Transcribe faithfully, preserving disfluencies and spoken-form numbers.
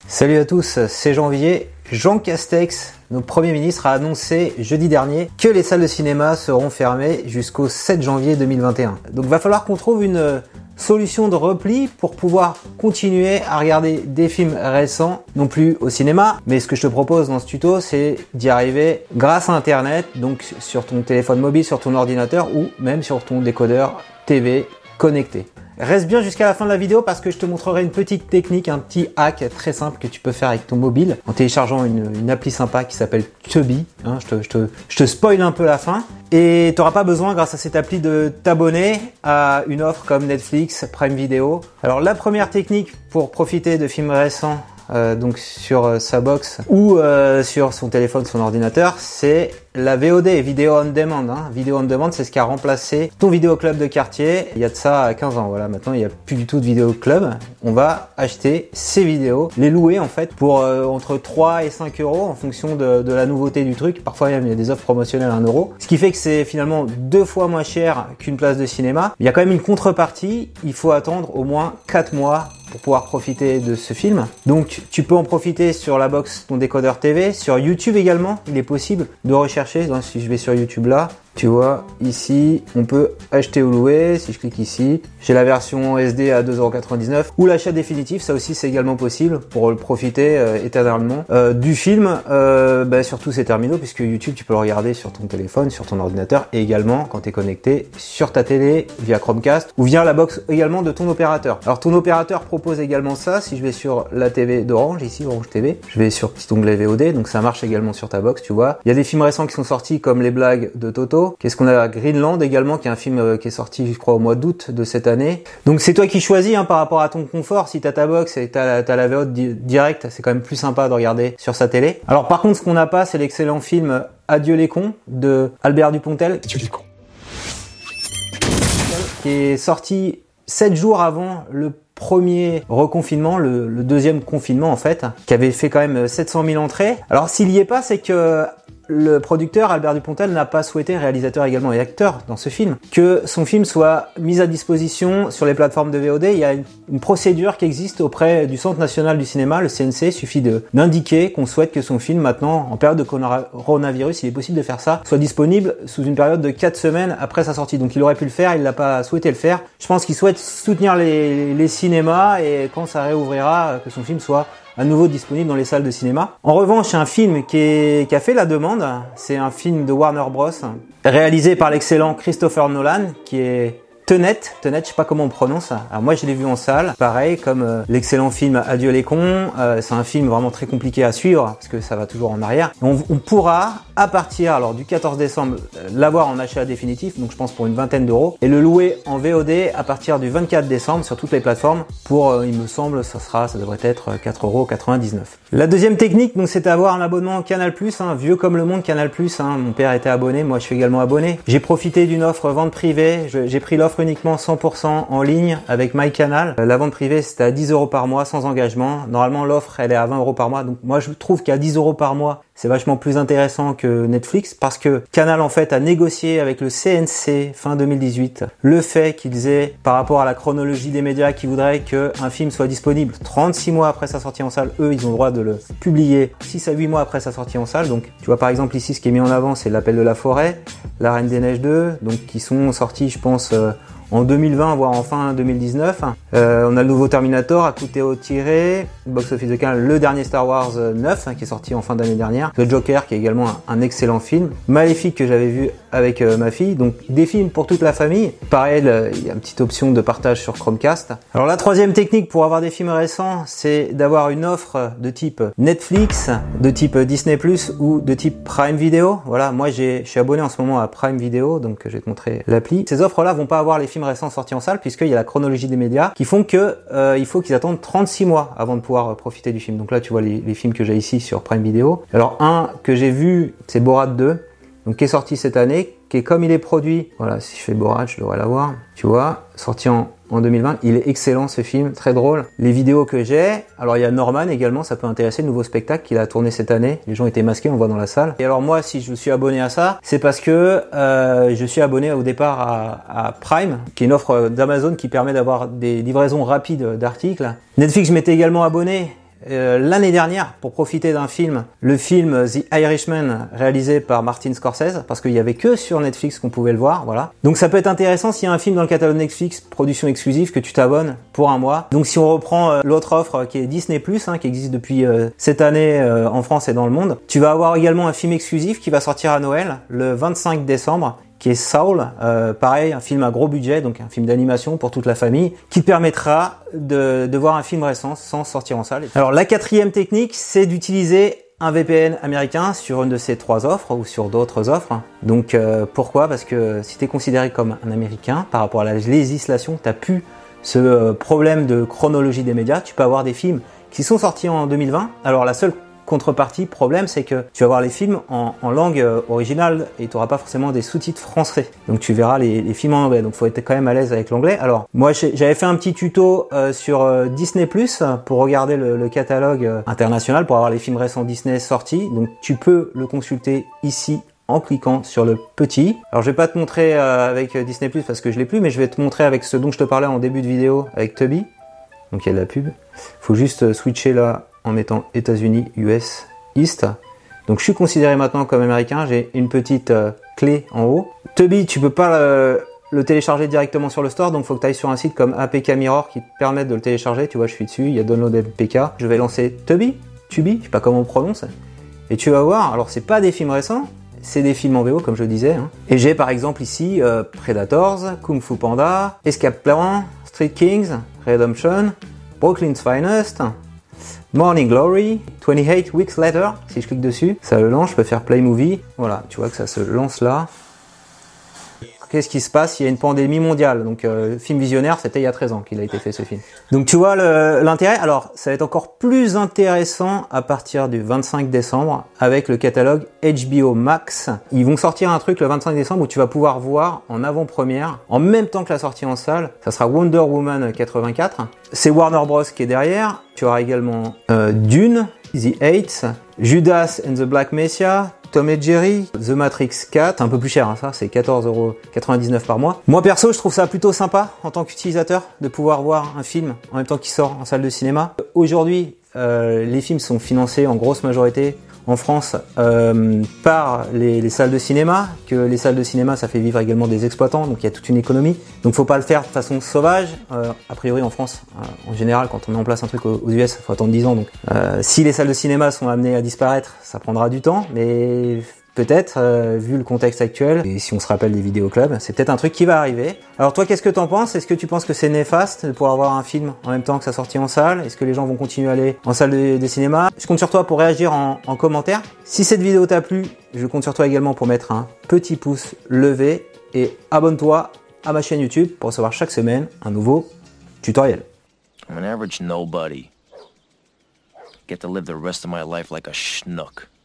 Salut à tous, c'est Janvier. Jean Castex, notre Premier ministre, a annoncé jeudi dernier que les salles de cinéma seront fermées jusqu'au sept janvier deux mille vingt et un. Donc il va falloir qu'on trouve une solution de repli pour pouvoir continuer à regarder des films récents, non plus au cinéma, mais ce que je te propose dans ce tuto, c'est d'y arriver grâce à Internet, donc sur ton téléphone mobile, sur ton ordinateur ou même sur ton décodeur T V connecté. Reste bien jusqu'à la fin de la vidéo parce que je te montrerai une petite technique, un petit hack très simple que tu peux faire avec ton mobile en téléchargeant une, une appli sympa qui s'appelle Tubi. Hein, je, te, je, te, je te spoil un peu la fin. Et tu n'auras pas besoin, grâce à cette appli, de t'abonner à une offre comme Netflix, Prime Video. Alors la première technique pour profiter de films récents, Euh, donc sur euh, sa box ou euh, sur son téléphone, son ordinateur, c'est la V O D, Video on Demand. Hein. Video on Demand, c'est ce qui a remplacé ton vidéoclub de quartier il y a de ça quinze ans. Voilà, maintenant il n'y a plus du tout de vidéoclub. On va acheter ces vidéos, les louer en fait pour euh, entre trois et cinq euros en fonction de, de la nouveauté du truc. Parfois il y a des offres promotionnelles à un euro. Ce qui fait que c'est finalement deux fois moins cher qu'une place de cinéma. Il y a quand même une contrepartie, il faut attendre au moins quatre mois pour pouvoir profiter de ce film. Donc tu peux en profiter sur la box, ton décodeur T V, sur YouTube également. Il est possible de rechercher. Donc, si je vais sur YouTube là, tu vois, ici, on peut acheter ou louer. Si je clique ici, j'ai la version S D à deux euros quatre-vingt-dix-neuf ou l'achat définitif. Ça aussi, c'est également possible pour le profiter euh, éternellement euh, du film euh, bah, sur tous ces terminaux, puisque YouTube, tu peux le regarder sur ton téléphone, sur ton ordinateur et également quand tu es connecté sur ta télé via Chromecast ou via la box également de ton opérateur. Alors, ton opérateur propose également ça. Si je vais sur la T V d'Orange, ici, Orange T V, je vais sur petit onglet V O D, donc ça marche également sur ta box, tu vois. Il y a des films récents qui sont sortis comme Les Blagues de Toto. Qu'est-ce qu'on a? Greenland également, qui est un film qui est sorti, je crois, au mois d'août de cette année. Donc c'est toi qui choisis hein, par rapport à ton confort. Si t'as ta box et t'as, t'as la V O D direct, c'est quand même plus sympa de regarder sur sa télé. Alors par contre, ce qu'on n'a pas, c'est l'excellent film Adieu les cons de Albert Dupontel. Adieu les cons. Qui est sorti sept jours avant le premier reconfinement, le, le deuxième confinement en fait, qui avait fait quand même sept cent mille entrées. Alors s'il y est pas, c'est que le producteur Albert Dupontel n'a pas souhaité, réalisateur également et acteur dans ce film, que son film soit mis à disposition sur les plateformes de V O D. Il y a une, une procédure qui existe auprès du Centre national du cinéma, le C N C. Il suffit de, d'indiquer qu'on souhaite que son film, maintenant, en période de coronavirus, il est possible de faire ça, soit disponible sous une période de quatre semaines après sa sortie. Donc il aurait pu le faire, il n'a pas souhaité le faire. Je pense qu'il souhaite soutenir les, les cinémas et quand ça réouvrira, que son film soit à nouveau disponible dans les salles de cinéma. En revanche, un film qui, est, qui a fait la demande, c'est un film de Warner Bros, réalisé par l'excellent Christopher Nolan, qui est Tenet, Tenet, je sais pas comment on prononce. Alors moi je l'ai vu en salle, pareil comme euh, l'excellent film Adieu les cons. Euh, c'est un film vraiment très compliqué à suivre parce que ça va toujours en arrière. On, on pourra à partir alors du quatorze décembre l'avoir en achat définitif, donc je pense pour une vingtaine d'euros, et le louer en V O D à partir du vingt-quatre décembre sur toutes les plateformes. Pour, euh, il me semble, ça sera, ça devrait être quatre euros quatre-vingt-dix-neuf. La deuxième technique, donc, c'est d'avoir un abonnement Canal plus, hein, vieux comme le monde Canal plus. Hein, mon père était abonné, moi je suis également abonné. J'ai profité d'une offre vente privée. Je, j'ai pris l'offre uniquement cent pour cent en ligne avec MyCanal. La vente privée c'était à dix euros par mois sans engagement. Normalement l'offre elle est à vingt euros par mois. Donc moi je trouve qu'à dix euros par mois c'est vachement plus intéressant que Netflix parce que Canal en fait a négocié avec le C N C fin deux mille dix-huit le fait qu'ils aient, par rapport à la chronologie des médias, qui voudraient qu'un film soit disponible trente-six mois après sa sortie en salle. Eux ils ont le droit de le publier six à huit mois après sa sortie en salle. Donc tu vois par exemple ici ce qui est mis en avant c'est L'Appel de la Forêt, La Reine des Neiges deux, donc qui sont sortis je pense euh, en deux mille vingt, voire en fin deux mille dix-neuf. Euh, on a le nouveau Terminator, à coup Théo tiré, box office de Cannes, le dernier Star Wars neuf, hein, qui est sorti en fin d'année dernière, The Joker, qui est également un, un excellent film, Maléfique, que j'avais vu avec euh, ma fille, donc des films pour toute la famille. Pareil, le, il y a une petite option de partage sur Chromecast. Alors la troisième technique pour avoir des films récents, c'est d'avoir une offre de type Netflix, de type Disney plus, ou de type Prime Video. Voilà, moi j'ai, je suis abonné en ce moment à Prime Video, donc je vais te montrer l'appli. Ces offres-là vont pas avoir les films récents sortis en salle, puisqu'il y a la chronologie des médias qui font que euh, il faut qu'ils attendent trente-six mois avant de pouvoir euh, profiter du film. Donc là tu vois les, les films que j'ai ici sur Prime Video. Alors un que j'ai vu, c'est Borat deux, donc qui est sorti cette année, qui est comme il est produit. Voilà, si je fais Borat, je devrais l'avoir. Tu vois, sorti en en deux mille vingt, il est excellent ce film, très drôle. Les vidéos que j'ai, alors il y a Norman également, ça peut intéresser, le nouveau spectacle qu'il a tourné cette année. Les gens étaient masqués, on le voit dans la salle. Et alors moi, si je suis abonné à ça, c'est parce que euh, je suis abonné au départ à, à Prime, qui est une offre d'Amazon qui permet d'avoir des livraisons rapides d'articles. Netflix, je m'étais également abonné. euh, l'année dernière pour profiter d'un film, le film The Irishman réalisé par Martin Scorsese, parce qu'il y avait que sur Netflix qu'on pouvait le voir, voilà. Donc ça peut être intéressant s'il y a un film dans le catalogue Netflix, production exclusive, que tu t'abonnes pour un mois. Donc si on reprend euh, l'autre offre qui est Disney plus, hein, qui existe depuis euh, cette année euh, en France et dans le monde, tu vas avoir également un film exclusif qui va sortir à Noël le vingt-cinq décembre, qui est Soul, euh, pareil, un film à gros budget, donc un film d'animation pour toute la famille, qui permettra de, de voir un film récent sans sortir en salle. Alors la quatrième technique, c'est d'utiliser un V P N américain sur une de ces trois offres ou sur d'autres offres. Donc euh, pourquoi? Parce que si tu es considéré comme un Américain, par rapport à la législation, tu n'as plus ce euh, problème de chronologie des médias. Tu peux avoir des films qui sont sortis en deux mille vingt. Alors la seule contrepartie, problème, c'est que tu vas voir les films en, en langue euh, originale et tu n'auras pas forcément des sous-titres français. Donc tu verras les, les films en anglais. Donc il faut être quand même à l'aise avec l'anglais. Alors moi j'avais fait un petit tuto euh, sur euh, Disney plus pour regarder le, le catalogue euh, international pour avoir les films récents Disney sortis. Donc tu peux le consulter ici en cliquant sur le petit. Alors je vais pas te montrer euh, avec Disney plus parce que je l'ai plus, mais je vais te montrer avec ce dont je te parlais en début de vidéo avec Tubi. Donc il y a de la pub. Faut juste switcher là en mettant États-Unis, U S, East. Donc je suis considéré maintenant comme américain, j'ai une petite euh, clé en haut. Tubi, tu peux pas le, le télécharger directement sur le store, donc il faut que tu ailles sur un site comme A P K Mirror qui te permet de le télécharger. Tu vois, je suis dessus, il y a Download A P K. Je vais lancer Tubi, Tubi, je sais pas comment on prononce. Et tu vas voir, alors c'est pas des films récents, c'est des films en V O comme je le disais. Hein. Et j'ai par exemple ici euh, Predators, Kung Fu Panda, Escape Plan, Street Kings, Redemption, Brooklyn's Finest, Morning Glory, vingt-huit Weeks Later, si je clique dessus, ça le lance, je peux faire Play Movie, voilà, tu vois que ça se lance là. Qu'est-ce qui se passe? Il y a une pandémie mondiale, donc euh, film visionnaire, c'était il y a treize ans qu'il a été fait ce film. Donc tu vois l'intérêt, alors ça va être encore plus intéressant à partir du vingt-cinq décembre avec le catalogue H B O Max. Ils vont sortir un truc le vingt-cinq décembre où tu vas pouvoir voir en avant-première, en même temps que la sortie en salle, ça sera Wonder Woman quatre-vingt-quatre. C'est Warner Bros qui est derrière, tu auras également euh, Dune, The Eight, Judas and the Black Messiah, Tom et Jerry, The Matrix quatre, c'est un peu plus cher hein, ça, c'est quatorze euros quatre-vingt-dix-neuf par mois. Moi perso, je trouve ça plutôt sympa en tant qu'utilisateur de pouvoir voir un film en même temps qu'il sort en salle de cinéma. Aujourd'hui, euh, les films sont financés en grosse majorité en France euh, par les, les salles de cinéma, que les salles de cinéma ça fait vivre également des exploitants, donc il y a toute une économie. Donc faut pas le faire de façon sauvage. Euh, a priori en France, euh, en général, quand on met en place un truc aux, aux U S, il faut attendre dix ans. Donc euh, si les salles de cinéma sont amenées à disparaître, ça prendra du temps, mais peut-être, euh, vu le contexte actuel, et si on se rappelle des vidéoclubs, c'est peut-être un truc qui va arriver. Alors toi, qu'est-ce que t'en penses? Est-ce que tu penses que c'est néfaste de pouvoir voir un film en même temps que sa sortie en salle? Est-ce que les gens vont continuer à aller en salle de, de cinéma? Je compte sur toi pour réagir en, en commentaire. Si cette vidéo t'a plu, je compte sur toi également pour mettre un petit pouce levé et abonne-toi à ma chaîne YouTube pour recevoir chaque semaine un nouveau tutoriel. I'm an average nobody. Get to live the rest of my life like a schnook.